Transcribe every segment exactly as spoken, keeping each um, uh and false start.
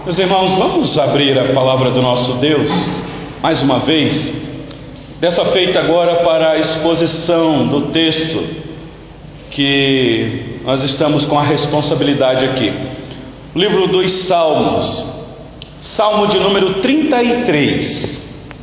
Meus irmãos, vamos abrir a palavra do nosso Deus mais uma vez, dessa feita agora para a exposição do texto que nós estamos com a responsabilidade aqui. O livro dos Salmos, Salmo de número trinta e três.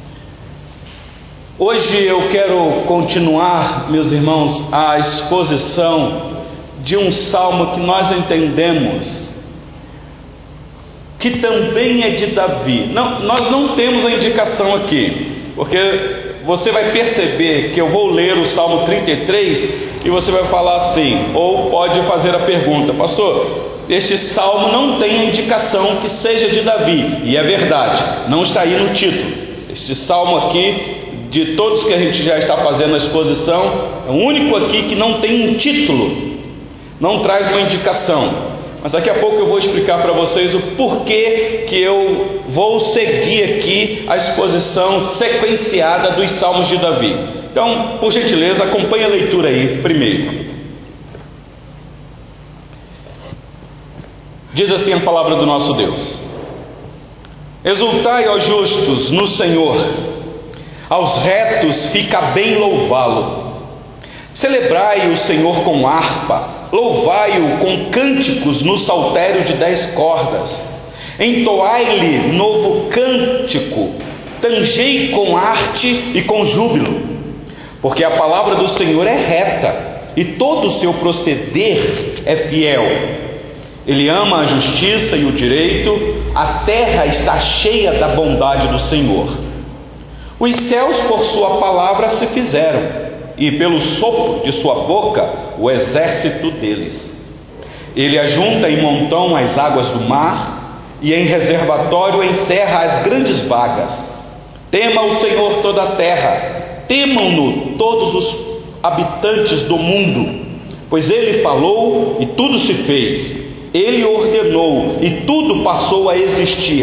Hoje eu quero continuar, meus irmãos, a exposição de um salmo que nós entendemos que também é de Davi. Não, nós não temos a indicação aqui, porque você vai perceber que eu vou ler o Salmo trinta e três e você vai falar assim, ou pode fazer a pergunta: pastor, este salmo não tem a indicação que seja de Davi, e é verdade, não está aí no título. Este salmo aqui, de todos que a gente já está fazendo a exposição, é o único aqui que não tem um título, não traz uma indicação. Mas daqui a pouco eu vou explicar para vocês o porquê que eu vou seguir aqui a exposição sequenciada dos Salmos de Davi. Então, por gentileza, acompanhe a leitura aí primeiro. Diz assim a palavra do nosso Deus: exultai, ó justos, no Senhor, aos retos fica bem louvá-lo. Celebrai o Senhor com harpa, louvai-o com cânticos no saltério de dez cordas. Entoai-lhe novo cântico, tangei com arte e com júbilo. Porque a palavra do Senhor é reta, e todo o seu proceder é fiel. Ele ama a justiça e o direito, a terra está cheia da bondade do Senhor. Os céus por sua palavra se fizeram, e pelo sopro de sua boca o exército deles. Ele ajunta em montão as águas do mar, e em reservatório encerra as grandes vagas. Tema o Senhor toda a terra, temam-no todos os habitantes do mundo, pois ele falou e tudo se fez, ele ordenou e tudo passou a existir.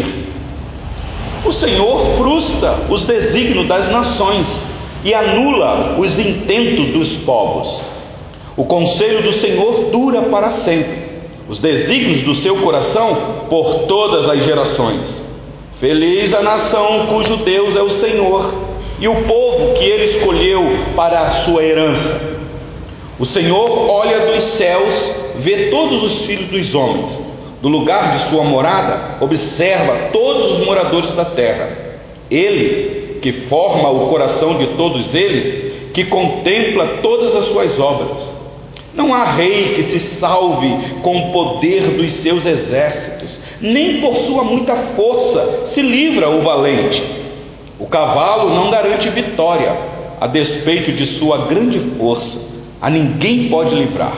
O Senhor frustra os desígnios das nações e anula os intentos dos povos. O conselho do Senhor dura para sempre, os desígnios do seu coração por todas as gerações. Feliz a nação cujo Deus é o Senhor, e o povo que ele escolheu para a sua herança. O Senhor olha dos céus, vê todos os filhos dos homens. Do lugar de sua morada, observa todos os moradores da terra. Ele que forma o coração de todos eles, que contempla todas as suas obras. Não há rei que se salve com o poder dos seus exércitos, nem por sua muita força se livra o valente. O cavalo não garante vitória, a despeito de sua grande força, a ninguém pode livrar.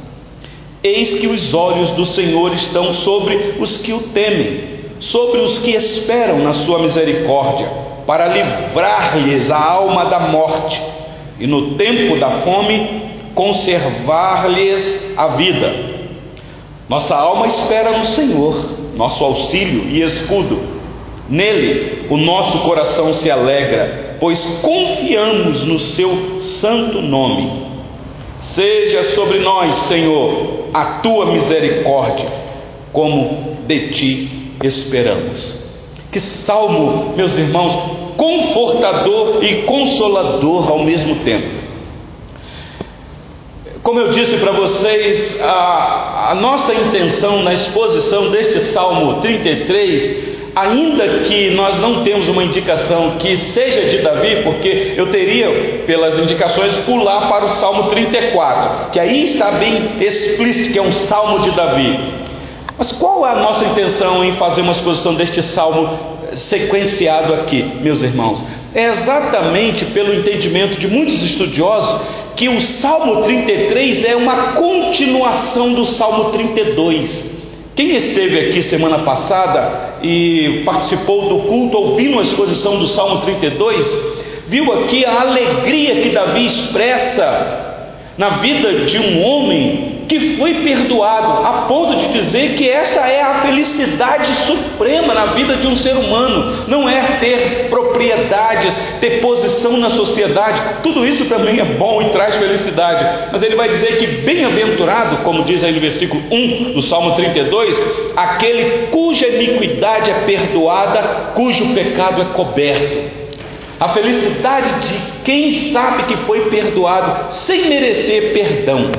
Eis que os olhos do Senhor estão sobre os que o temem, sobre os que esperam na sua misericórdia, para livrar-lhes a alma da morte, e no tempo da fome conservar-lhes a vida. Nossa alma espera no Senhor, nosso auxílio e escudo. Nele o nosso coração se alegra, pois confiamos no seu santo nome. Seja sobre nós, Senhor, a tua misericórdia, como de ti esperamos. Que salmo, meus irmãos, confortador e consolador ao mesmo tempo. Como eu disse para vocês, a, a nossa intenção na exposição deste Salmo trinta e três, ainda que nós não temos uma indicação que seja de Davi, porque eu teria, pelas indicações, pular para o Salmo trinta e quatro, que aí está bem explícito que é um Salmo de Davi. Mas qual é a nossa intenção em fazer uma exposição deste salmo sequenciado aqui, meus irmãos? É exatamente pelo entendimento de muitos estudiosos que o Salmo trinta e três é uma continuação do Salmo trinta e dois. Quem esteve aqui semana passada e participou do culto ouvindo a exposição do Salmo trinta e dois, viu aqui a alegria que Davi expressa na vida de um homem que foi perdoado, a ponto de dizer que essa é a felicidade suprema na vida de um ser humano. Não é ter propriedades, ter posição na sociedade, tudo isso também é bom e traz felicidade, mas ele vai dizer que bem-aventurado, como diz aí no versículo um do Salmo trinta e dois, aquele cujo cuja iniquidade é perdoada, cujo pecado é coberto. A felicidade de quem sabe que foi perdoado sem merecer perdão.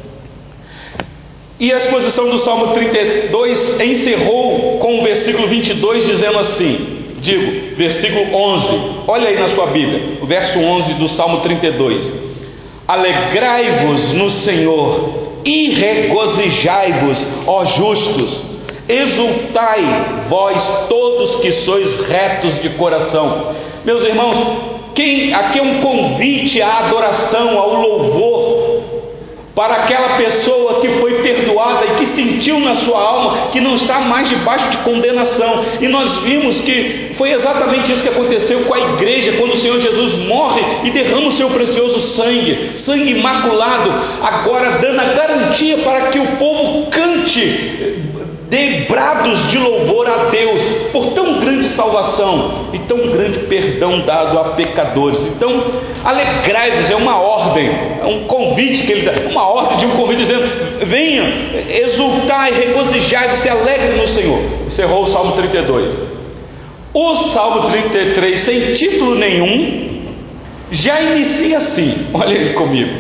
E a exposição do Salmo trinta e dois encerrou com o versículo vinte e dois dizendo assim, digo, versículo onze, olha aí na sua Bíblia, o verso onze do Salmo trinta e dois: alegrai-vos no Senhor e regozijai-vos, ó justos, exultai vós todos que sois retos de coração. Meus irmãos, quem, aqui é um convite à adoração, ao louvor, para aquela pessoa que foi perdoada e que sentiu na sua alma que não está mais debaixo de condenação. E nós vimos que foi exatamente isso que aconteceu com a igreja, quando o Senhor Jesus morre e derrama o seu precioso sangue, sangue imaculado, agora dando a garantia para que o povo cante, dê brados de louvor a Deus por tão grande salvação e tão grande perdão dado a pecadores. Então, alegrai-vos, é uma ordem, é um convite que ele dá, uma ordem de um convite dizendo: venha, exultai, regozijai, se alegre no Senhor. Encerrou o Salmo trinta e dois. O Salmo trinta e três, sem título nenhum, já inicia assim, olha aí comigo: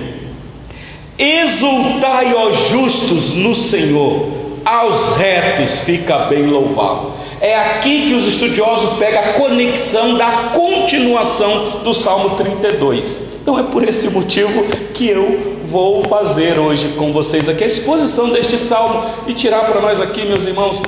exultai, ó justos, no Senhor, aos retos fica bem louvado. É aqui que os estudiosos pegam a conexão da continuação do Salmo trinta e dois. Então é por esse motivo que eu vou fazer hoje com vocês aqui a exposição deste salmo e tirar para nós aqui, meus irmãos,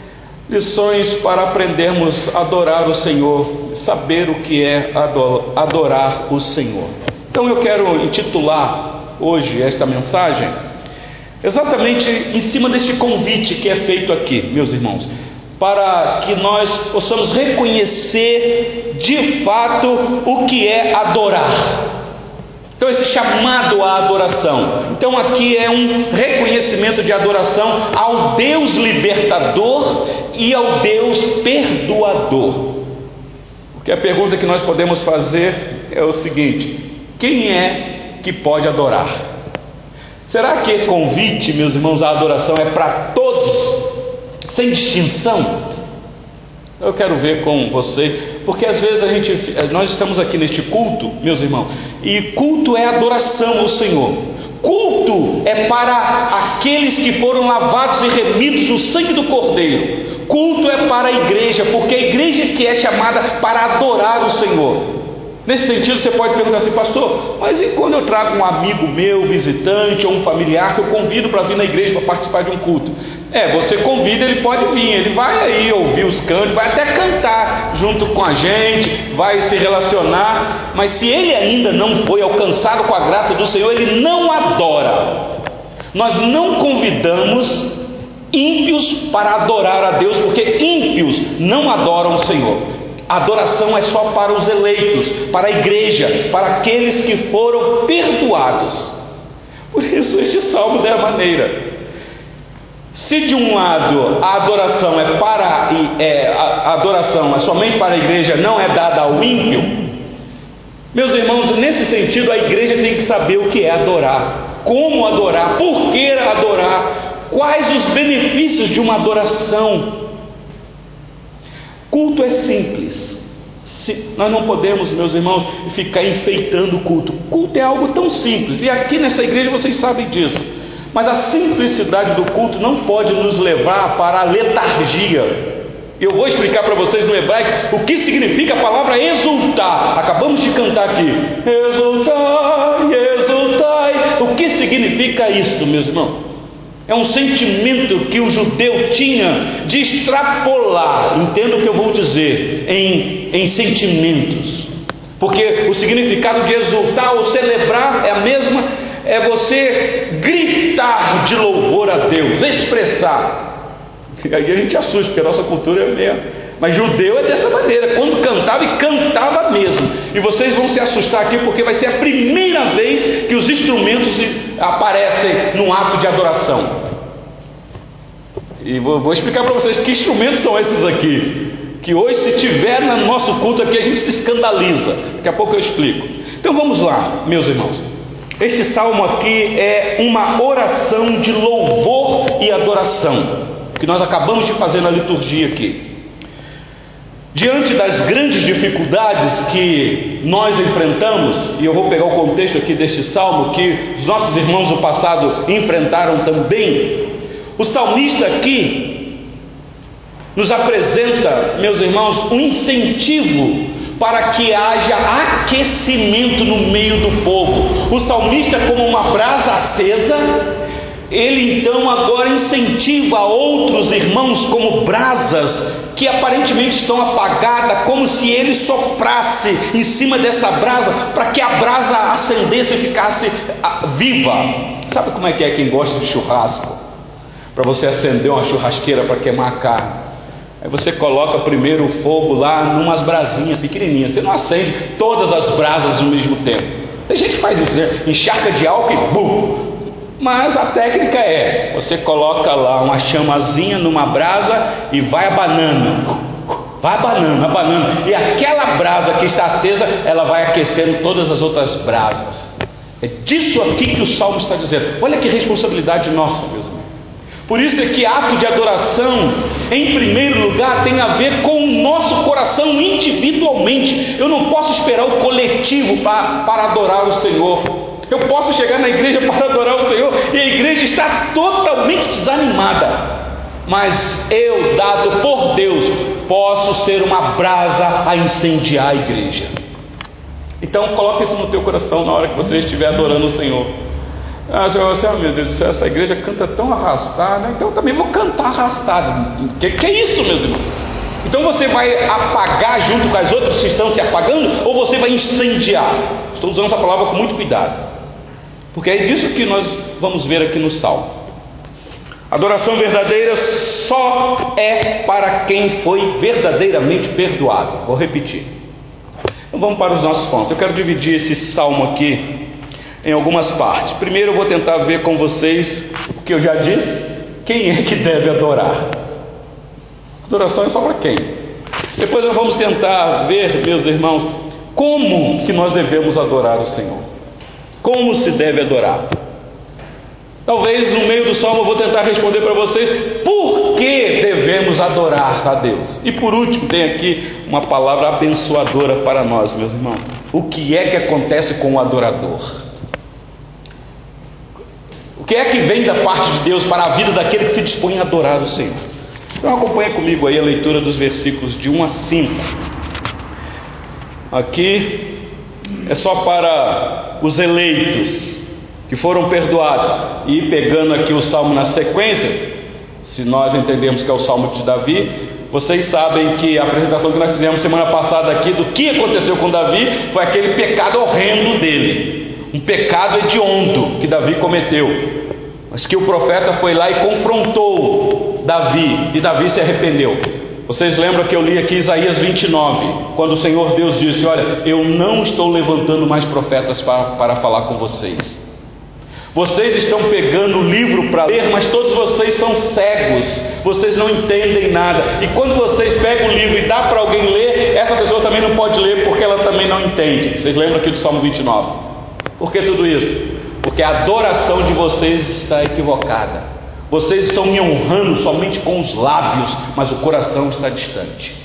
lições para aprendermos a adorar o Senhor, saber o que é adorar o Senhor. Então eu quero intitular hoje esta mensagem exatamente em cima deste convite que é feito aqui, meus irmãos, para que nós possamos reconhecer de fato o que é adorar. Então esse chamado à adoração, então aqui é um reconhecimento de adoração ao Deus libertador e ao Deus perdoador. Porque a pergunta que nós podemos fazer é o seguinte: quem é que pode adorar? Será que esse convite, meus irmãos, à adoração é para todos, sem distinção? Eu quero ver com você, porque às vezes a gente, nós estamos aqui neste culto, meus irmãos, e culto é adoração ao Senhor. Culto é para aqueles que foram lavados e remidos no sangue do Cordeiro. Culto é para a igreja, porque a igreja que é chamada para adorar o Senhor. Nesse sentido, você pode perguntar assim: pastor, mas e quando eu trago um amigo meu, visitante ou um familiar que eu convido para vir na igreja para participar de um culto? É, você convida, ele pode vir, ele vai aí ouvir os cantos, vai até cantar junto com a gente, vai se relacionar, mas se ele ainda não foi alcançado com a graça do Senhor, ele não adora. Nós não convidamos ímpios para adorar a Deus, porque ímpios não adoram o Senhor. A adoração é só para os eleitos, para a igreja, para aqueles que foram perdoados. Por isso este salmo da maneira. Se de um lado a adoração é para é, a adoração é somente para a igreja, não é dada ao ímpio, meus irmãos, nesse sentido a igreja tem que saber o que é adorar, como adorar, por que adorar, quais os benefícios de uma adoração. Culto é simples. Nós não podemos, meus irmãos, ficar enfeitando o culto. Culto é algo tão simples, e aqui nesta igreja vocês sabem disso. Mas a simplicidade do culto não pode nos levar para a letargia. Eu vou explicar para vocês no hebraico o que significa a palavra exultar. Acabamos de cantar aqui: exultai, exultai. O que significa isso, meus irmãos? É um sentimento que o judeu tinha de extrapolar, entenda o que eu vou dizer, em, em sentimentos. Porque o significado de exultar ou celebrar é a mesma, é você gritar de louvor a Deus, expressar. E aí a gente assusta, porque a nossa cultura é mesmo. Mas judeu é dessa maneira, quando cantava, e cantava mesmo. E vocês vão se assustar aqui, porque vai ser a primeira vez que os instrumentos aparecem num ato de adoração. E vou, vou explicar para vocês que instrumentos são esses aqui, que hoje, se tiver no nosso culto aqui, a gente se escandaliza. Daqui a pouco eu explico. Então vamos lá, meus irmãos. Este salmo aqui é uma oração de louvor e adoração. que nós acabamos de fazer na liturgia aqui. Diante das grandes dificuldades que nós enfrentamos, e eu vou pegar o contexto aqui deste salmo, que os nossos irmãos do passado enfrentaram também, o salmista aqui nos apresenta, meus irmãos, um incentivo para que haja aquecimento no meio do povo. O salmista, como uma brasa acesa, ele então agora incentiva outros irmãos como brasas que aparentemente estão apagadas, como se ele soprasse em cima dessa brasa para que a brasa acendesse e ficasse viva. Sabe como é que é quem gosta de churrasco? Para você acender uma churrasqueira para queimar a carne, aí você coloca primeiro o fogo lá numas brasinhas pequenininhas. Você não acende todas as brasas ao mesmo tempo. Tem gente que faz isso, né? Encharca de álcool e bum. Mas a técnica é, você coloca lá uma chamazinha numa brasa e vai abanando, vai abanando, abanando, e aquela brasa que está acesa, ela vai aquecendo todas as outras brasas. É disso aqui que o Salmo está dizendo. Olha que responsabilidade nossa, meus irmãos. Por isso é que ato de adoração, em primeiro lugar, tem a ver com o nosso coração individualmente. Eu não posso esperar o coletivo para, para adorar o Senhor. Eu posso chegar na igreja para adorar o Senhor e a igreja está totalmente desanimada, mas eu, dado por Deus, posso ser uma brasa a incendiar a igreja. Então coloque isso no teu coração na hora que você estiver adorando o Senhor. Ah, Senhor, assim, oh, meu Deus do céu, essa igreja canta tão arrastada, então eu também vou cantar arrastado. Que, que é isso, meus irmãos? Então você vai apagar junto com as outras que estão se apagando, ou você vai incendiar? Estou usando essa palavra com muito cuidado, porque é disso que nós vamos ver aqui no Salmo. Adoração verdadeira só é para quem foi verdadeiramente perdoado. Vou repetir. Então vamos para os nossos pontos. Eu quero dividir esse Salmo aqui em algumas partes. Primeiro eu vou tentar ver com vocês o que eu já disse. Quem é que deve adorar? Adoração é só para quem? Depois nós vamos tentar ver, meus irmãos, como que nós devemos adorar o Senhor. Como se deve adorar? Talvez no meio do salmo eu vou tentar responder para vocês por que devemos adorar a Deus. E por último tem aqui uma palavra abençoadora para nós, meus irmãos. O que é que acontece com o adorador? O que é que vem da parte de Deus para a vida daquele que se dispõe a adorar o Senhor? Então acompanha comigo aí a leitura dos versículos de um a cinco. Aqui é só para os eleitos que foram perdoados. E pegando aqui o salmo na sequência, se nós entendemos que é o salmo de Davi, vocês sabem que a apresentação que nós fizemos semana passada aqui do que aconteceu com Davi foi aquele pecado horrendo dele, um pecado hediondo que Davi cometeu, mas que o profeta foi lá e confrontou Davi, e Davi se arrependeu. Vocês lembram que eu li aqui Isaías vinte e nove, quando o Senhor Deus disse: olha, eu não estou levantando mais profetas para, para falar com vocês. Vocês estão pegando o livro para ler, mas todos vocês são cegos, vocês não entendem nada. E quando vocês pegam o livro e dá para alguém ler, essa pessoa também não pode ler porque ela também não entende. Vocês lembram aqui do Salmo vinte e nove? Por que tudo isso? Porque a adoração de vocês está equivocada. Vocês estão me honrando somente com os lábios, mas o coração está distante.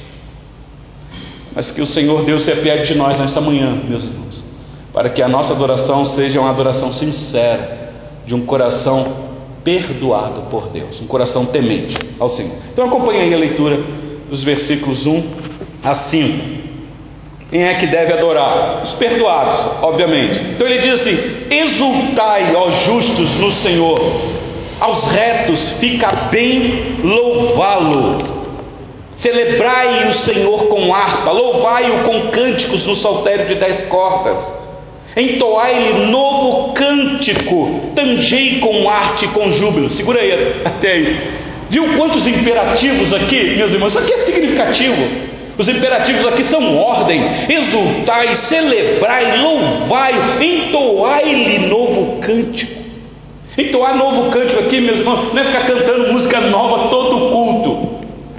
Mas que o Senhor Deus se apiede de nós nesta manhã, meus irmãos, para que a nossa adoração seja uma adoração sincera, de um coração perdoado por Deus, um coração temente ao Senhor. Então acompanhe aí a leitura dos versículos um a cinco. Quem é que deve adorar? Os perdoados, obviamente. Então ele diz assim: exultai, ó justos, no Senhor, aos retos fica bem louvá-lo. Celebrai o Senhor com harpa, louvai-o com cânticos no saltério de dez cordas. Entoai-lhe novo cântico, tangei com arte e com júbilo. Segura aí, até aí. Viu quantos imperativos aqui, meus irmãos? Isso aqui é significativo. Os imperativos aqui são ordem: exultai, celebrai, louvai, entoai-lhe novo cântico. Entoar novo cântico aqui, meus irmãos, não é ficar cantando música nova todo culto.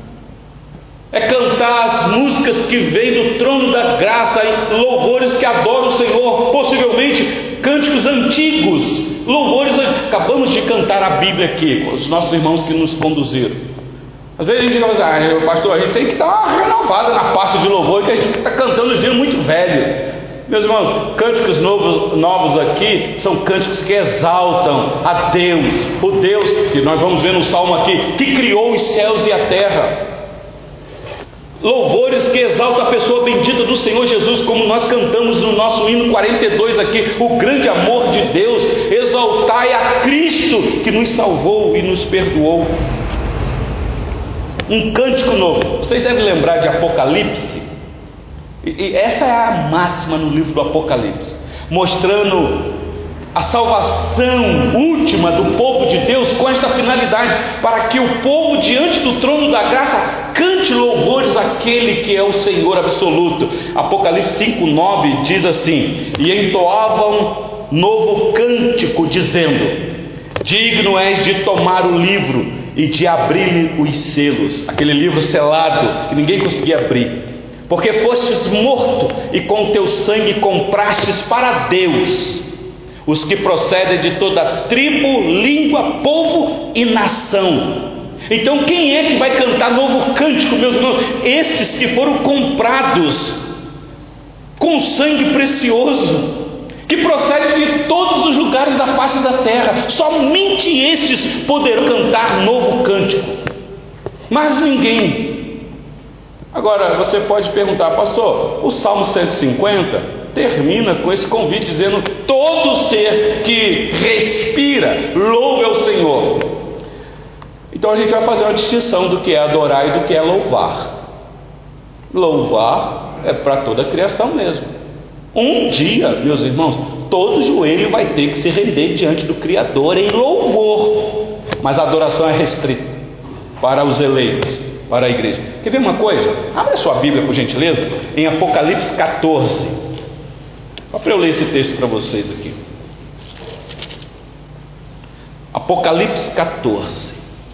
É cantar as músicas que vêm do trono da graça, louvores que adoram o Senhor, possivelmente cânticos antigos, louvores. Acabamos de cantar a Bíblia aqui com os nossos irmãos que nos conduziram. Às vezes a gente fica assim, ah, pastor, a gente tem que dar uma renovada na pasta de louvor, que a gente está cantando um muito velho. Meus irmãos, cânticos novos, novos aqui são cânticos que exaltam a Deus, o Deus que nós vamos ver no Salmo aqui, que criou os céus e a terra. Louvores que exaltam a pessoa bendita do Senhor Jesus, como nós cantamos no nosso hino quarenta e dois aqui, o grande amor de Deus. Exaltai a Cristo que nos salvou e nos perdoou. Um cântico novo. Vocês devem lembrar de Apocalipse. E essa é a máxima no livro do Apocalipse, mostrando a salvação última do povo de Deus com esta finalidade, para que o povo diante do trono da graça cante louvores àquele que é o Senhor absoluto. Apocalipse cinco, nove diz assim: e entoavam novo cântico, dizendo: digno és de tomar o livro e de abrir os selos, aquele livro selado que ninguém conseguia abrir, porque fostes morto e com teu sangue comprastes para Deus os que procedem de toda tribo, língua, povo e nação. Então quem é que vai cantar novo cântico, meus irmãos? Esses que foram comprados com sangue precioso, que procedem de todos os lugares da face da terra. Somente estes poderão cantar novo cântico, mas ninguém. Agora você pode perguntar, pastor, o Salmo cento e cinquenta termina com esse convite dizendo: todo ser que respira, louve ao Senhor. Então a gente vai fazer uma distinção do que é adorar e do que é louvar. Louvar é para toda a criação mesmo. Um dia, meus irmãos, todo joelho vai ter que se render diante do Criador em louvor, mas a adoração é restrita para os eleitos, para a igreja. Quer ver uma coisa? Abre a sua Bíblia, por gentileza, em Apocalipse catorze. Só para eu ler esse texto para vocês aqui. Apocalipse catorze.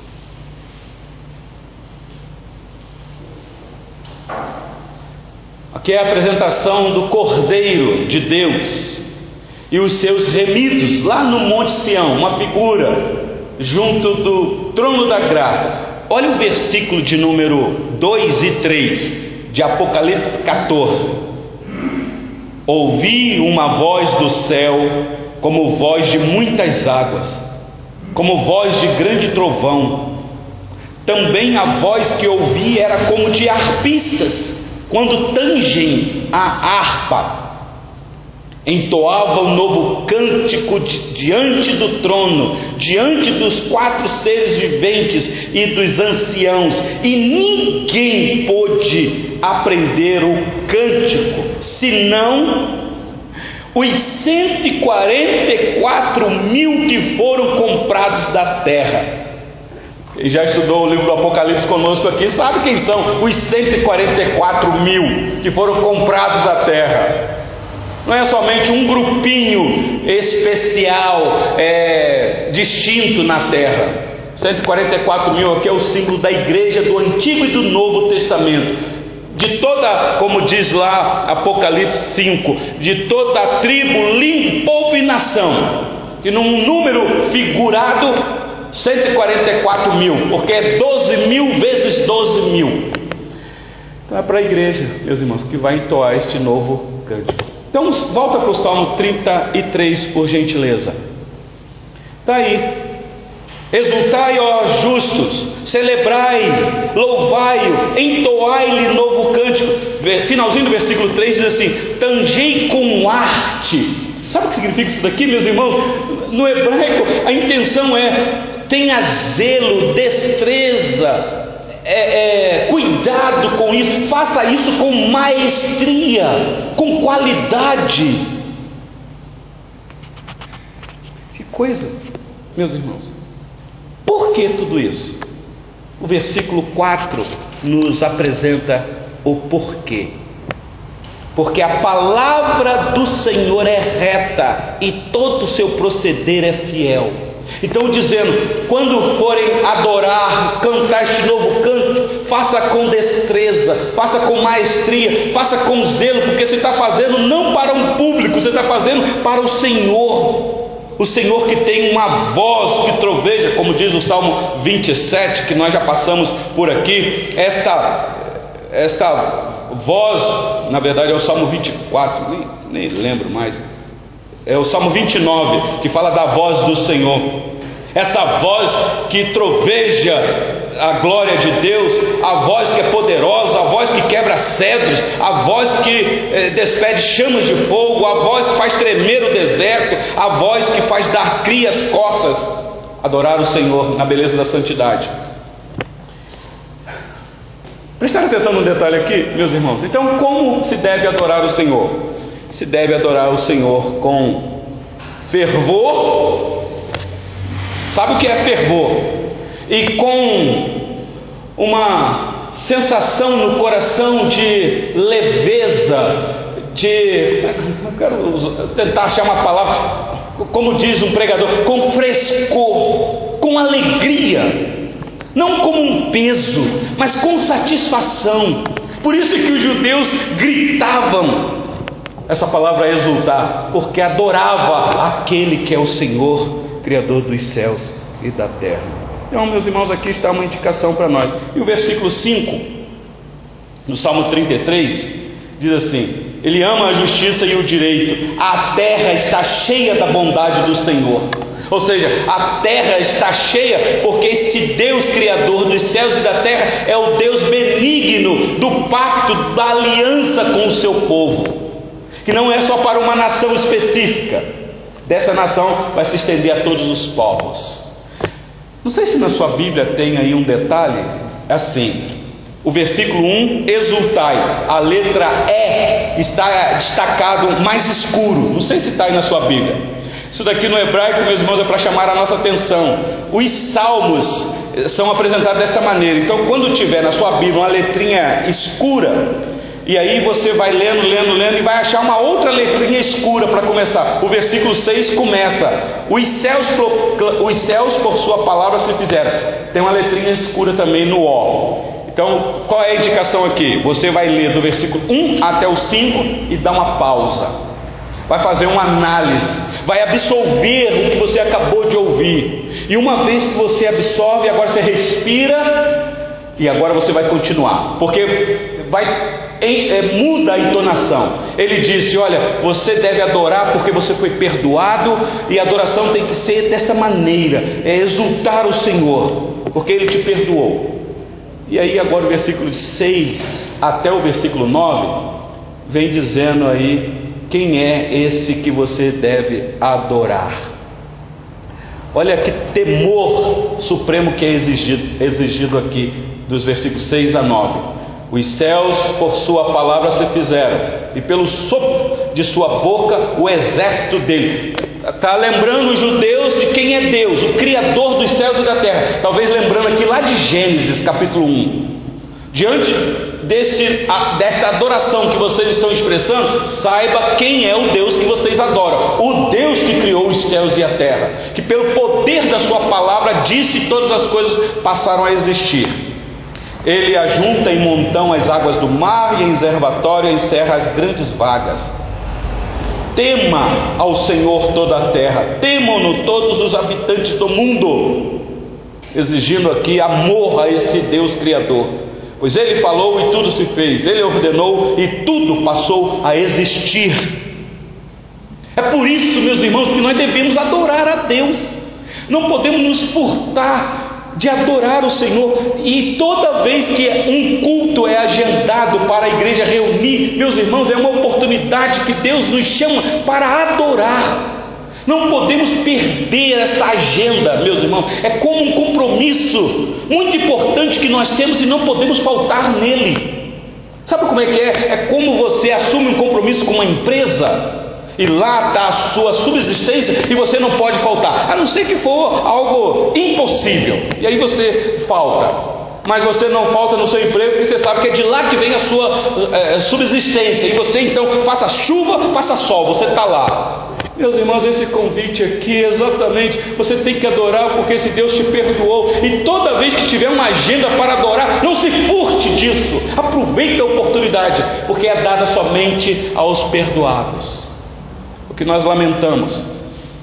Aqui é a apresentação do Cordeiro de Deus e os seus remidos lá no Monte Sião, uma figura junto do trono da graça. Olha o versículo de número dois e três de Apocalipse catorze. Ouvi uma voz do céu, como voz de muitas águas, como voz de grande trovão. Também a voz que ouvi era como de arpistas, quando tangem a harpa. Entoava um novo cântico diante do trono, diante dos quatro seres viventes e dos anciãos, e ninguém pôde aprender o cântico, senão os cento e quarenta e quatro mil que foram comprados da terra. Quem já estudou o livro do Apocalipse conosco aqui sabe quem são os cento e quarenta e quatro mil que foram comprados da terra. Não é somente um grupinho especial, é, distinto na terra. cento e quarenta e quatro mil aqui é o símbolo da igreja do Antigo e do Novo Testamento. De toda, como diz lá Apocalipse cinco, de toda a tribo, língua, povo e nação. E num número figurado, cento e quarenta e quatro mil, porque é doze mil vezes doze mil. Então é para a igreja, meus irmãos, que vai entoar este novo cântico. Então volta para o Salmo trinta e três, por gentileza. Está aí. Exultai, ó justos, celebrai, louvai-o, entoai-lhe novo cântico. Finalzinho do versículo três diz assim: tangei com arte. Sabe o que significa isso daqui, meus irmãos? No hebraico a intenção é: tenha zelo, destreza, É, é, cuidado com isso, faça isso com maestria, com qualidade. Que coisa, meus irmãos. Por que tudo isso? O versículo quatro nos apresenta o porquê. Porque a palavra do Senhor é reta e todo o seu proceder é fiel. Então dizendo, quando forem adorar, cantar este novo canto, faça com destreza, faça com maestria, faça com zelo, porque você está fazendo não para um público, você está fazendo para o Senhor. o Senhor que tem uma voz que troveja, como diz o Salmo vinte e sete, que nós já passamos por aqui. Esta, esta voz, na verdade é o Salmo vinte e quatro, nem, nem lembro mais, é o Salmo vinte e nove, que fala da voz do Senhor. Essa voz que troveja a glória de Deus, a voz que é poderosa, a voz que quebra cedros, a voz que eh, despede chamas de fogo, a voz que faz tremer o deserto, a voz que faz dar cria às costas. Adorar o Senhor na beleza da santidade. Prestaram atenção num detalhe aqui, meus irmãos. Então, como se deve adorar o Senhor? Se deve adorar o Senhor com fervor. Sabe o que é fervor? E com uma sensação no coração de leveza, de, eu quero tentar achar uma palavra, como diz um pregador, com frescor, com alegria, não como um peso, mas com satisfação. Por isso que os judeus gritavam, essa palavra é exultar, porque adorava aquele que é o Senhor, Criador dos céus e da terra. Então, meus irmãos, aqui está uma indicação para nós. E o versículo cinco, no Salmo trinta e três, diz assim: Ele ama a justiça e o direito, a terra está cheia da bondade do Senhor. Ou seja, a terra está cheia porque este Deus Criador dos céus e da terra é o Deus benigno do pacto, da aliança com o seu povo, que não é só para uma nação específica. Dessa nação vai se estender a todos os povos. Não sei se na sua Bíblia tem aí um detalhe, assim, o versículo um, exultai, a letra E está destacado mais escuro, não sei se está aí na sua Bíblia. Isso daqui no hebraico, meus irmãos, é para chamar a nossa atenção. Os salmos são apresentados desta maneira. Então, quando tiver na sua Bíblia uma letrinha escura, e aí você vai lendo, lendo, lendo, e vai achar uma outra letrinha escura para começar. O versículo seis começa: os céus, os céus por sua palavra se fizeram. Tem uma letrinha escura também no O. Então, qual é a indicação aqui? Você vai ler do versículo um até o cinco e dá uma pausa. Vai fazer uma análise, vai absorver o que você acabou de ouvir. E uma vez que você absorve, agora você respira, e agora você vai continuar. Porque vai... Em, é, muda a entonação. Ele disse: olha, você deve adorar porque você foi perdoado, e a adoração tem que ser dessa maneira, é exultar o Senhor porque Ele te perdoou. E aí agora o versículo seis até o versículo nove vem dizendo aí quem é esse que você deve adorar. Olha que temor supremo que é exigido, exigido aqui dos versículos seis a nove. Os céus por sua palavra se fizeram, e pelo sopro de sua boca o exército dele. Está lembrando os judeus de quem é Deus, o Criador dos céus e da terra. Talvez lembrando aqui lá de Gênesis capítulo um. Diante desse, dessa adoração que vocês estão expressando, saiba quem é o Deus que vocês adoram. O Deus que criou os céus e a terra, que pelo poder da sua palavra disse que todas as coisas passaram a existir. Ele ajunta em montão as águas do mar, e em reservatório encerra as grandes vagas. Tema ao Senhor toda a terra, temam-no todos os habitantes do mundo, exigindo aqui amor a esse Deus Criador, pois Ele falou e tudo se fez, Ele ordenou e tudo passou a existir. É por isso, meus irmãos, que nós devemos adorar a Deus. Não podemos nos furtar de adorar o Senhor. E toda vez que um culto é agendado para a igreja reunir, meus irmãos, é uma oportunidade que Deus nos chama para adorar. Não podemos perder esta agenda, meus irmãos. É como um compromisso muito importante que nós temos e não podemos faltar nele. Sabe como é que é? É como você assume um compromisso com uma empresa, e lá está a sua subsistência, e você não pode faltar, a não ser que for algo impossível, e aí você falta. Mas você não falta no seu emprego, porque você sabe que é de lá que vem a sua é, subsistência, e você então, faça chuva, faça sol, você está lá. Meus irmãos, esse convite aqui, exatamente, você tem que adorar porque esse Deus te perdoou, e toda vez que tiver uma agenda para adorar, não se furte disso, aproveite a oportunidade, porque é dada somente aos perdoados. O que nós lamentamos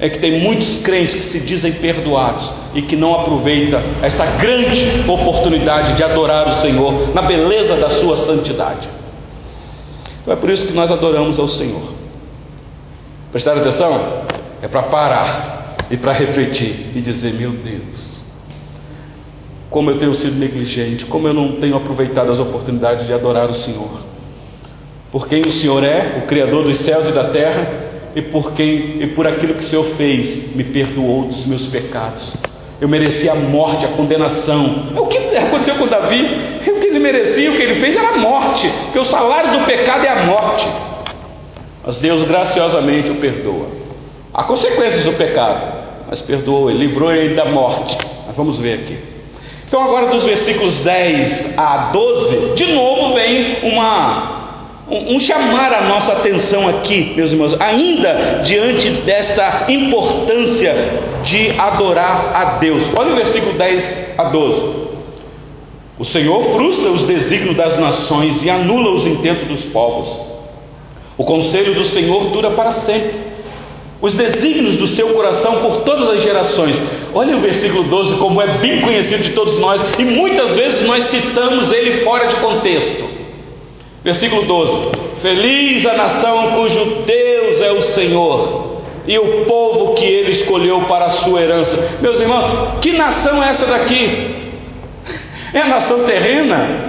é que tem muitos crentes que se dizem perdoados e que não aproveitam esta grande oportunidade de adorar o Senhor na beleza da sua santidade. Então é por isso que nós adoramos ao Senhor. Prestar atenção? É para parar e para refletir e dizer: meu Deus, como eu tenho sido negligente, como eu não tenho aproveitado as oportunidades de adorar o Senhor. Por quem o Senhor é, o Criador dos céus e da terra, e por quem e por aquilo que o Senhor fez, me perdoou dos meus pecados. Eu merecia a morte, a condenação. É o que aconteceu com Davi. O que ele merecia, o que ele fez era a morte, porque o salário do pecado é a morte. Mas Deus graciosamente o perdoa. Há consequências do pecado, mas perdoou, ele livrou ele da morte. Mas vamos ver aqui. Então agora dos versículos dez a doze, de novo vem uma... Um chamar a nossa atenção aqui, meus irmãos, ainda diante desta importância de adorar a Deus. Olha o versículo dez a doze. O Senhor frustra os desígnios das nações e anula os intentos dos povos. O conselho do Senhor dura para sempre, os desígnios do seu coração por todas as gerações. Olha o versículo doze, como é bem conhecido de todos nós, e muitas vezes nós citamos ele fora de contexto. Versículo doze: feliz a nação cujo Deus é o Senhor, e o povo que ele escolheu para a sua herança. Meus irmãos, que nação é essa daqui? É a nação terrena?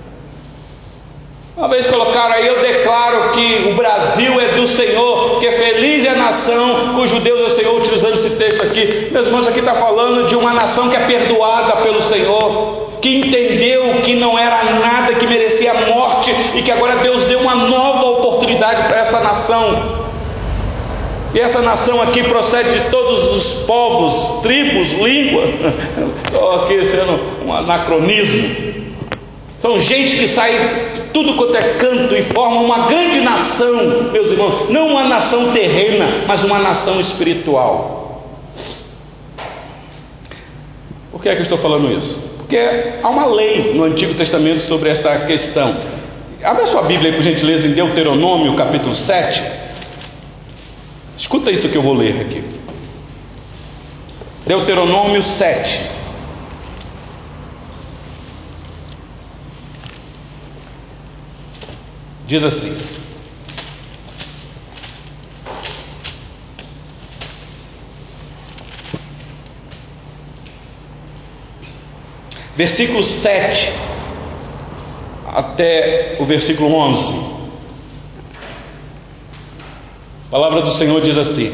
Uma vez colocaram aí: eu declaro que o Brasil é do Senhor, porque feliz é a nação cujo Deus é o Senhor, utilizando esse texto aqui. Meus irmãos, aqui está falando de uma nação que é perdoada pelo Senhor, que entendeu que não era nada, que merecia a morte, e que agora Deus deu uma nova oportunidade para essa nação. E essa nação aqui procede de todos os povos, tribos, línguas. Estou aqui sendo um anacronismo. São gente que sai de tudo quanto é canto e forma uma grande nação, meus irmãos. Não uma nação terrena, mas uma nação espiritual. Por que é que eu estou falando isso? Porque há uma lei no Antigo Testamento sobre esta questão. Abra sua Bíblia aí, por gentileza, em Deuteronômio capítulo sete. Escuta isso que eu vou ler aqui. Deuteronômio sete. Diz assim: versículo sete até o versículo onze. A palavra do Senhor diz assim: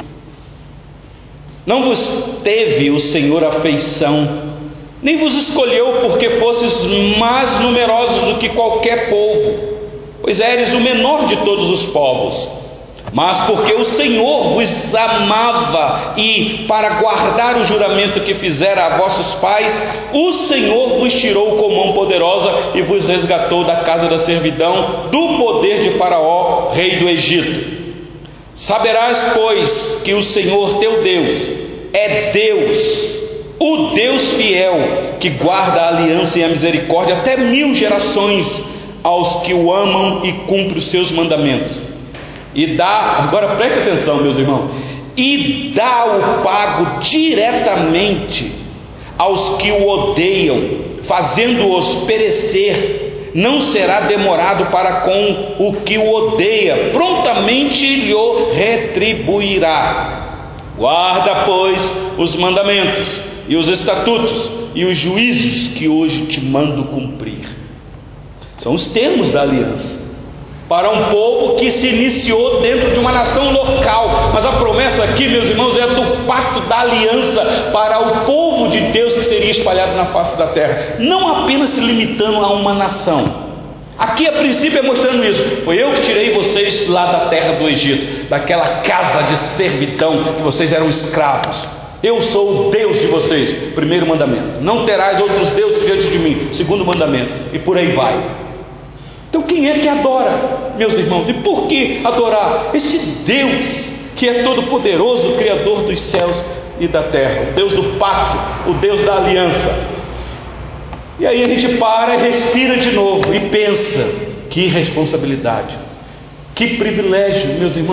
não vos teve o Senhor afeição, nem vos escolheu porque fosses mais numerosos do que qualquer povo, pois eres o menor de todos os povos, mas porque o Senhor vos amava, e para guardar o juramento que fizera a vossos pais, o Senhor vos tirou com mão poderosa e vos resgatou da casa da servidão, do poder de Faraó, rei do Egito. Saberás, pois, que o Senhor teu Deus é Deus, o Deus fiel, que guarda a aliança e a misericórdia até mil gerações aos que o amam e cumpre os seus mandamentos. E dá, agora preste atenção, meus irmãos, e dá o pago diretamente aos que o odeiam, fazendo-os perecer. Não será demorado para com o que o odeia, prontamente lhe retribuirá. Guarda, pois, os mandamentos e os estatutos e os juízos que hoje te mando cumprir. São os termos da aliança para um povo que se iniciou dentro de uma nação local. Mas a promessa aqui, meus irmãos, é do pacto da aliança para o povo de Deus que seria espalhado na face da terra, não apenas se limitando a uma nação. Aqui a princípio é mostrando isso: foi eu que tirei vocês lá da terra do Egito, daquela casa de servidão que vocês eram escravos. Eu sou o Deus de vocês. Primeiro mandamento: não terás outros deuses diante de mim. Segundo mandamento, e por aí vai. Então quem é que adora, meus irmãos? E por que adorar esse Deus que é todo poderoso, o Criador dos céus e da terra, o Deus do pacto, o Deus da aliança? E aí a gente para e respira de novo e pensa: que responsabilidade, que privilégio, meus irmãos,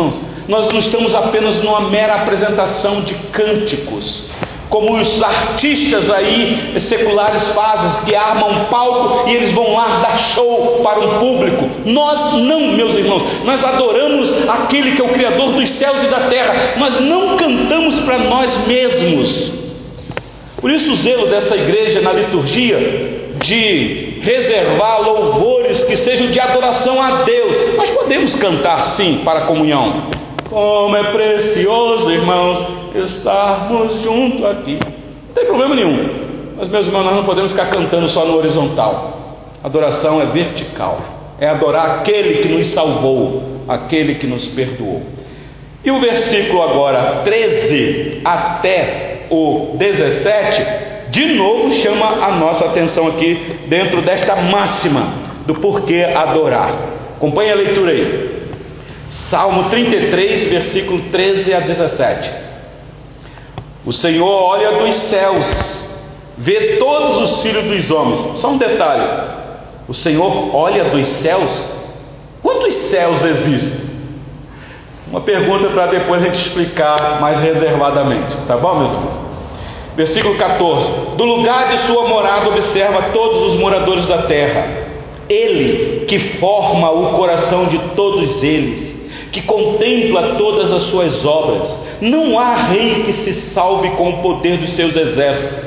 nós não estamos apenas numa mera apresentação de cânticos, como os artistas aí seculares fazem, que armam um palco e eles vão lá dar show para um público. Nós não, meus irmãos, nós adoramos aquele que é o Criador dos céus e da terra, nós não cantamos para nós mesmos. Por isso o zelo dessa igreja na liturgia de reservar louvores que sejam de adoração a Deus. Nós podemos cantar sim para a comunhão. Como é precioso, irmãos, estarmos juntos aqui. Não tem problema nenhum. Mas, meus irmãos, nós não podemos ficar cantando só no horizontal. Adoração é vertical. É adorar aquele que nos salvou, aquele que nos perdoou. E o versículo agora treze até o dezessete, de novo chama a nossa atenção aqui dentro desta máxima do porquê adorar. Acompanhe a leitura aí. Salmo trinta e três, versículo treze a dezessete. O Senhor olha dos céus, vê todos os filhos dos homens. Só um detalhe: o Senhor olha dos céus? Quantos céus existem? Uma pergunta para depois a gente explicar mais reservadamente, tá bom, meus irmãos? Versículo catorze. Do lugar de sua morada observa todos os moradores da terra. Ele que forma o coração de todos eles, que contempla todas as suas obras. Não há rei que se salve com o poder dos seus exércitos,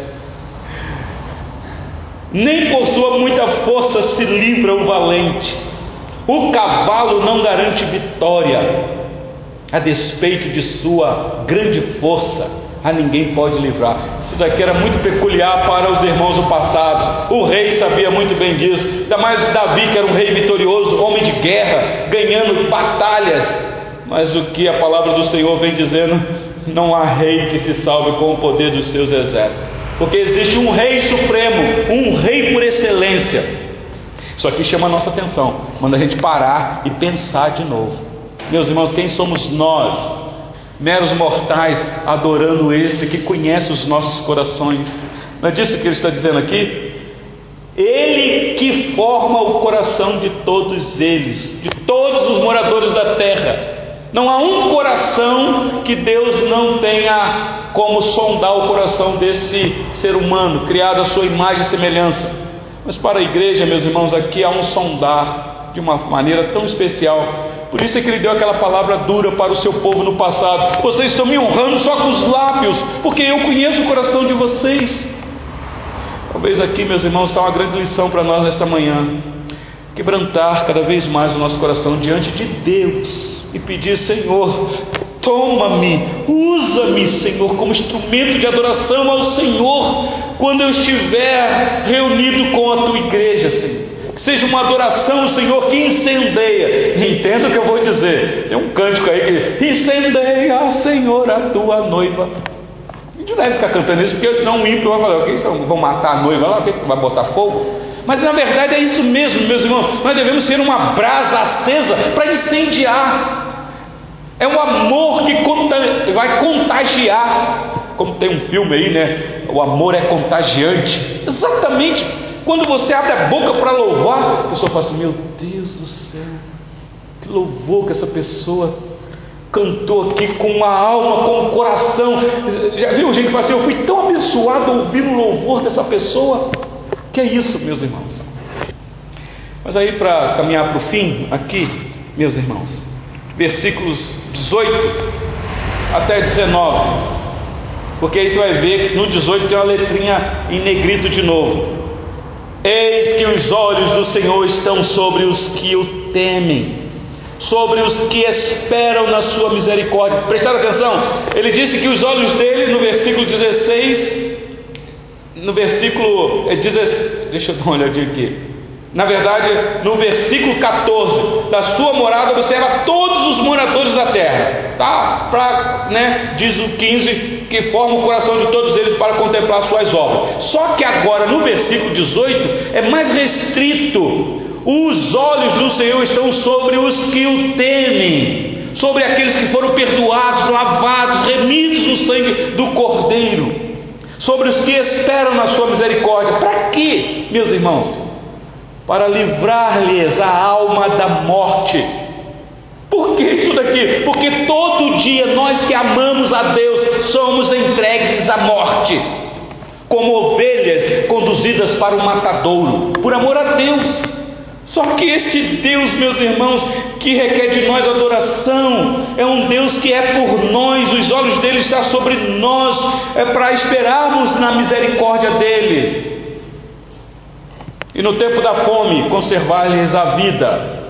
nem por sua muita força se livra o valente. O cavalo não garante vitória, a despeito de sua grande força, a ninguém pode livrar. Isso daqui era muito peculiar para os irmãos do passado. O rei sabia muito bem disso, ainda mais Davi, que era um rei vitorioso, homem de guerra, ganhando batalhas. Mas o que a palavra do Senhor vem dizendo: não há rei que se salve com o poder dos seus exércitos, porque existe um rei supremo, um rei por excelência. Isso aqui chama a nossa atenção, manda a gente parar e pensar de novo. Meus irmãos, quem somos nós, meros mortais, adorando esse que conhece os nossos corações? Não é disso que ele está dizendo aqui? Ele que forma o coração de todos eles, de todos os moradores da terra. Não há um coração que Deus não tenha como sondar o coração desse ser humano, criado à sua imagem e semelhança. Mas para a igreja, meus irmãos, aqui há um sondar de uma maneira tão especial. Por isso é que ele deu aquela palavra dura para o seu povo no passado: vocês estão me honrando só com os lábios, porque eu conheço o coração de vocês. Talvez aqui, meus irmãos, está uma grande lição para nós nesta manhã: quebrantar cada vez mais o nosso coração diante de Deus e pedir: Senhor, toma-me, usa-me, Senhor, como instrumento de adoração ao Senhor, quando eu estiver reunido com a tua igreja, Senhor. Que seja uma adoração, Senhor, que incendeia. Entenda o que eu vou dizer. Tem um cântico aí que incendeia, Senhor, a tua noiva. A gente não deve ficar cantando isso, porque senão um ímpio vai falar: o que vão matar a noiva lá? O que vai botar fogo? Mas na verdade é isso mesmo, meus irmãos. Nós devemos ser uma brasa acesa para incendiar. É um amor que vai contagiar. Como tem um filme aí, né? O amor é contagiante. Exatamente. Quando você abre a boca para louvar, a pessoa fala assim: meu Deus do céu, que louvor que essa pessoa cantou aqui, com a alma, com o coração. Já viu gente que fala assim: eu fui tão abençoado ouvindo o louvor dessa pessoa. Que é isso, meus irmãos. Mas aí, para caminhar para o fim aqui, meus irmãos, versículos dezoito até dezenove, porque aí você vai ver que no dezoito tem uma letrinha em negrito de novo. Eis que os olhos do Senhor estão sobre os que o temem, sobre os que esperam na sua misericórdia. Prestaram atenção? Ele disse que os olhos dele, no versículo dezesseis, no versículo dezesseis, deixa eu dar uma olhadinha aqui. Na verdade, no versículo catorze, da sua morada observa todos os moradores da terra, tá? Pra, né, diz o quinze, que forma o coração de todos eles para contemplar suas obras. Só que agora no versículo dezoito é mais restrito. Os olhos do Senhor estão sobre os que o temem, sobre aqueles que foram perdoados, lavados, remidos no sangue do Cordeiro, sobre os que esperam na sua misericórdia. Para quê, meus irmãos? Para livrar-lhes a alma da morte Por que isso daqui? Porque todo dia nós que amamos a Deus somos entregues à morte, como ovelhas conduzidas para o matadouro, por amor a Deus. Só que este Deus, meus irmãos, que requer de nós adoração, é um Deus que é por nós, os olhos dele estão sobre nós, é para esperarmos na misericórdia dele, e no tempo da fome conservar-lhes a vida.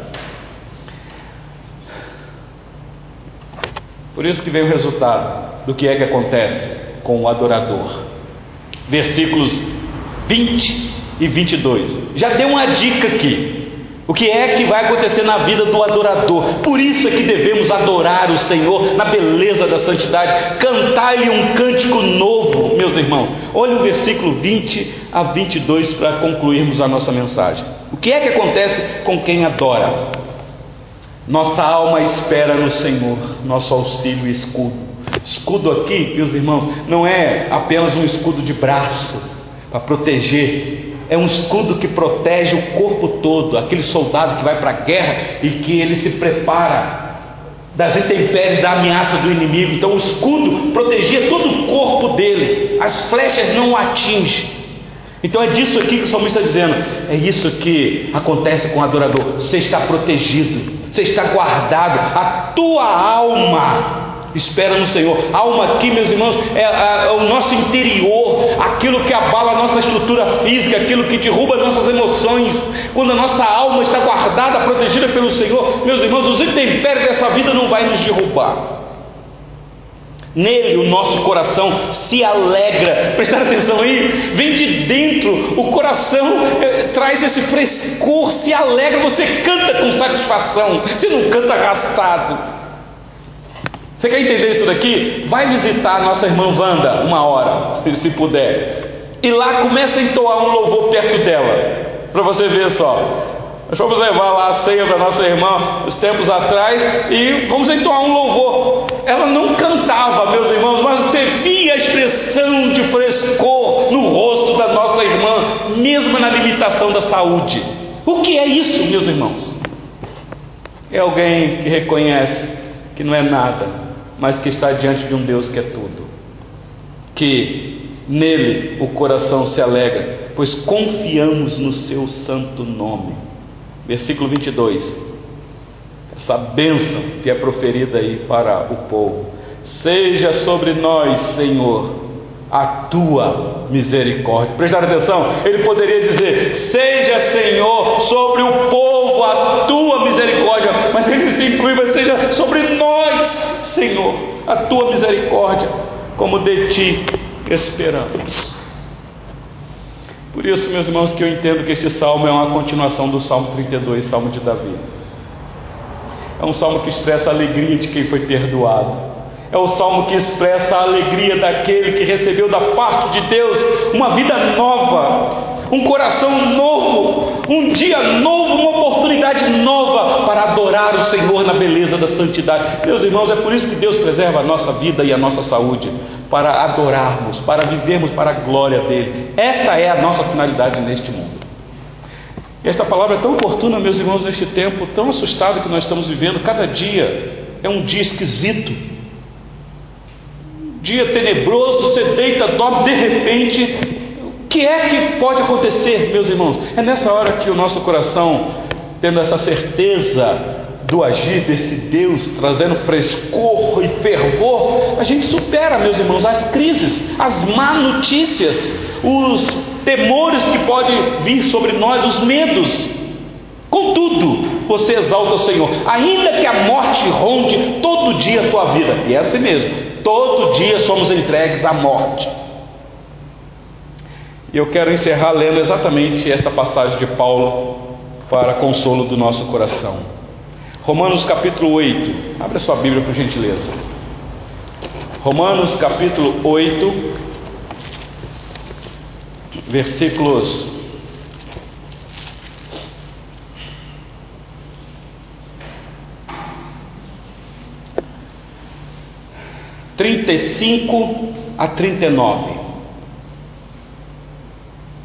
Por isso que vem o resultado do que é que acontece com o adorador. Versículos vinte e vinte e dois, já deu uma dica aqui. O que é que vai acontecer na vida do adorador? Por isso é que devemos adorar o Senhor na beleza da santidade, cantar-lhe um cântico novo, meus irmãos. Olha o versículo vinte a vinte e dois para concluirmos a nossa mensagem. O que é que acontece com quem adora? Nossa alma espera no Senhor, nosso auxílio e escudo. Escudo aqui, meus irmãos, não é apenas um escudo de braço para proteger. É um escudo que protege o corpo todo. Aquele soldado que vai para a guerra e que ele se prepara das intempéries, da ameaça do inimigo. Então o escudo protegia todo o corpo dele, as flechas não o atingem. Então é disso aqui que o salmista está dizendo. É isso que acontece com o adorador. Você está protegido, você está guardado, a tua alma espera no Senhor. Alma aqui, meus irmãos, é, é, é o nosso interior, aquilo que abala a nossa estrutura física, aquilo que derruba nossas emoções. Quando a nossa alma está guardada, protegida pelo Senhor, meus irmãos, os intempéries dessa vida não vai nos derrubar. Nele o nosso coração se alegra. Prestar atenção aí, vem de dentro, o coração é, traz esse frescor, se alegra, você canta com satisfação, você não canta arrastado. Você quer entender isso daqui? Vai visitar a nossa irmã Wanda uma hora, se, se puder, e lá começa a entoar um louvor perto dela, para você ver só. Nós fomos levar lá a ceia da nossa irmã uns tempos atrás e vamos entoar um louvor. Ela não cantava, meus irmãos, mas você via a expressão de frescor no rosto da nossa irmã, mesmo na limitação da saúde. O que é isso, meus irmãos? É alguém que reconhece que não é nada, mas que está diante de um Deus que é tudo, que nele o coração se alegra, pois confiamos no seu santo nome. Versículo vinte e dois, essa bênção que é proferida aí para o povo: seja sobre nós, Senhor, a tua misericórdia. Prestar atenção, ele poderia dizer: seja, Senhor, sobre o povo a tua misericórdia, mas ele se inclui, mas seja sobre nós, Senhor, a tua misericórdia, como de ti esperamos. Por isso, meus irmãos, que eu entendo que este salmo é uma continuação do Salmo trinta e dois, Salmo de Davi. É um salmo que expressa a alegria de quem foi perdoado. É o salmo que expressa a alegria daquele que recebeu da parte de Deus uma vida nova, um coração novo, um dia novo, uma oportunidade nova para adorar o Senhor na beleza da santidade. Meus irmãos, é por isso que Deus preserva a nossa vida e a nossa saúde, para adorarmos, para vivermos para a glória dele. Esta é a nossa finalidade neste mundo. E esta palavra é tão oportuna, meus irmãos, neste tempo tão assustado que nós estamos vivendo. Cada dia é um dia esquisito, dia tenebroso. Você deita, dorme, de repente, o que é que pode acontecer, meus irmãos? É nessa hora que o nosso coração, tendo essa certeza do agir desse Deus, trazendo frescor e fervor, a gente supera, meus irmãos, as crises, as má notícias, os temores que podem vir sobre nós, os medos. Contudo, você exalta o Senhor, ainda que a morte ronde todo dia a tua vida. E é assim mesmo, todo dia somos entregues à morte. E eu quero encerrar lendo exatamente esta passagem de Paulo para consolo do nosso coração. Romanos capítulo oito, abre a sua Bíblia por gentileza. Romanos capítulo oito, versículos trinta e cinco a trinta e nove.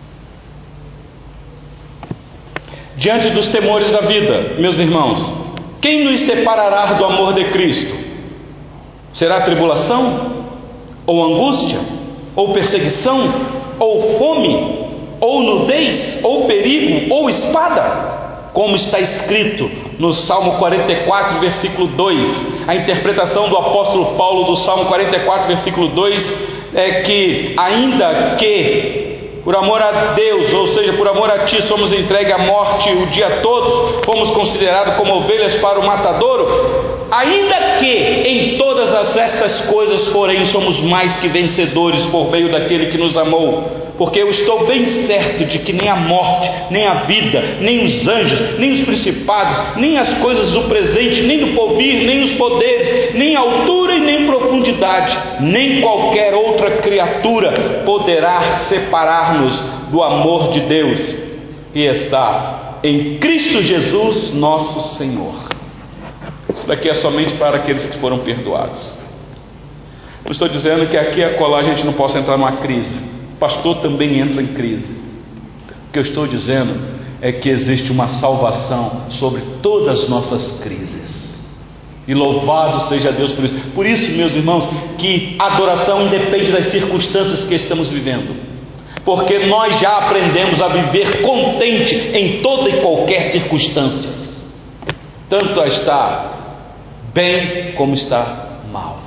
Diante dos temores da vida, meus irmãos, Quem nos separará do amor de Cristo? Será tribulação? Ou angústia? Ou perseguição? Ou fome? Ou nudez? Ou perigo? Ou espada? Como está escrito no Salmo quarenta e quatro, versículo dois. A interpretação do apóstolo Paulo do Salmo quarenta e quatro, versículo dois é que ainda que por amor a Deus, ou seja, por amor a Ti, somos entregues à morte o dia todo, fomos considerados como ovelhas para o matadouro, ainda que em todas as essas coisas, porém, somos mais que vencedores por meio daquele que nos amou. Porque eu estou bem certo de que nem a morte, nem a vida, nem os anjos, nem os principados, nem as coisas do presente, nem do porvir, nem os poderes, nem altura e nem profundidade, nem qualquer outra criatura poderá separar-nos do amor de Deus que está em Cristo Jesus, nosso Senhor. Isso daqui é somente para aqueles que foram perdoados. Não estou dizendo que aqui e acolá a gente não possa entrar numa crise. O pastor também entra em crise. O que eu estou dizendo é que existe uma salvação sobre todas as nossas crises. E louvado seja Deus por isso. Por isso, meus irmãos, que a adoração independe das circunstâncias que estamos vivendo. Porque nós já aprendemos a viver contente em toda e qualquer circunstância. Tanto a estar bem como estar mal.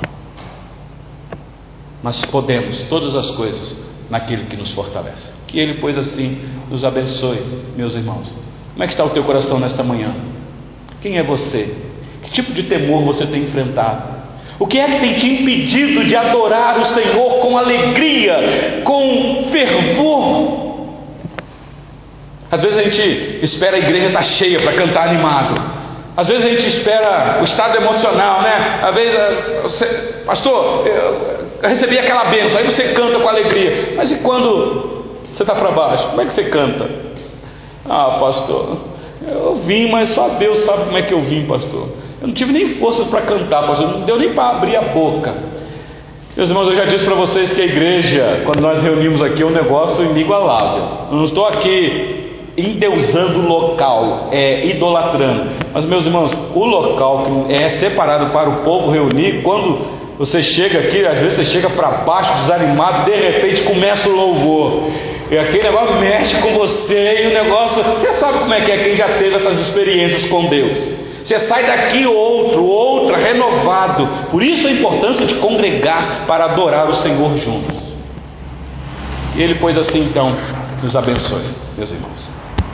Mas podemos todas as coisas naquele que nos fortalece. Que Ele, pois, assim nos abençoe, meus irmãos. Como é que está o teu coração nesta manhã? Quem é você? Que tipo de temor você tem enfrentado? O que é que tem te impedido de adorar o Senhor com alegria, com fervor? Às vezes a gente espera a igreja estar cheia para cantar animado. Às vezes a gente espera o estado emocional, né? Às vezes, você, pastor, eu, eu recebi aquela bênção, aí você canta com alegria. Mas e quando você está para baixo? Como é que você canta? Ah, pastor, eu vim, mas só Deus sabe como é que eu vim, pastor. Eu não tive nem forças para cantar, pastor, não deu nem para abrir a boca. Meus irmãos, eu já disse para vocês que a igreja, quando nós reunimos aqui, é um negócio inigualável. Eu não estou aqui endeusando o local, é, idolatrando. Mas, meus irmãos, o local que é separado para o povo reunir, quando você chega aqui, às vezes você chega para baixo, desanimado, de repente começa o louvor. E aquele negócio mexe com você, e o negócio, você sabe como é que é, quem já teve essas experiências com Deus. Você sai daqui outro, outra, renovado. Por isso a importância de congregar para adorar o Senhor juntos. E Ele, pois, assim então, nos abençoe, meus irmãos.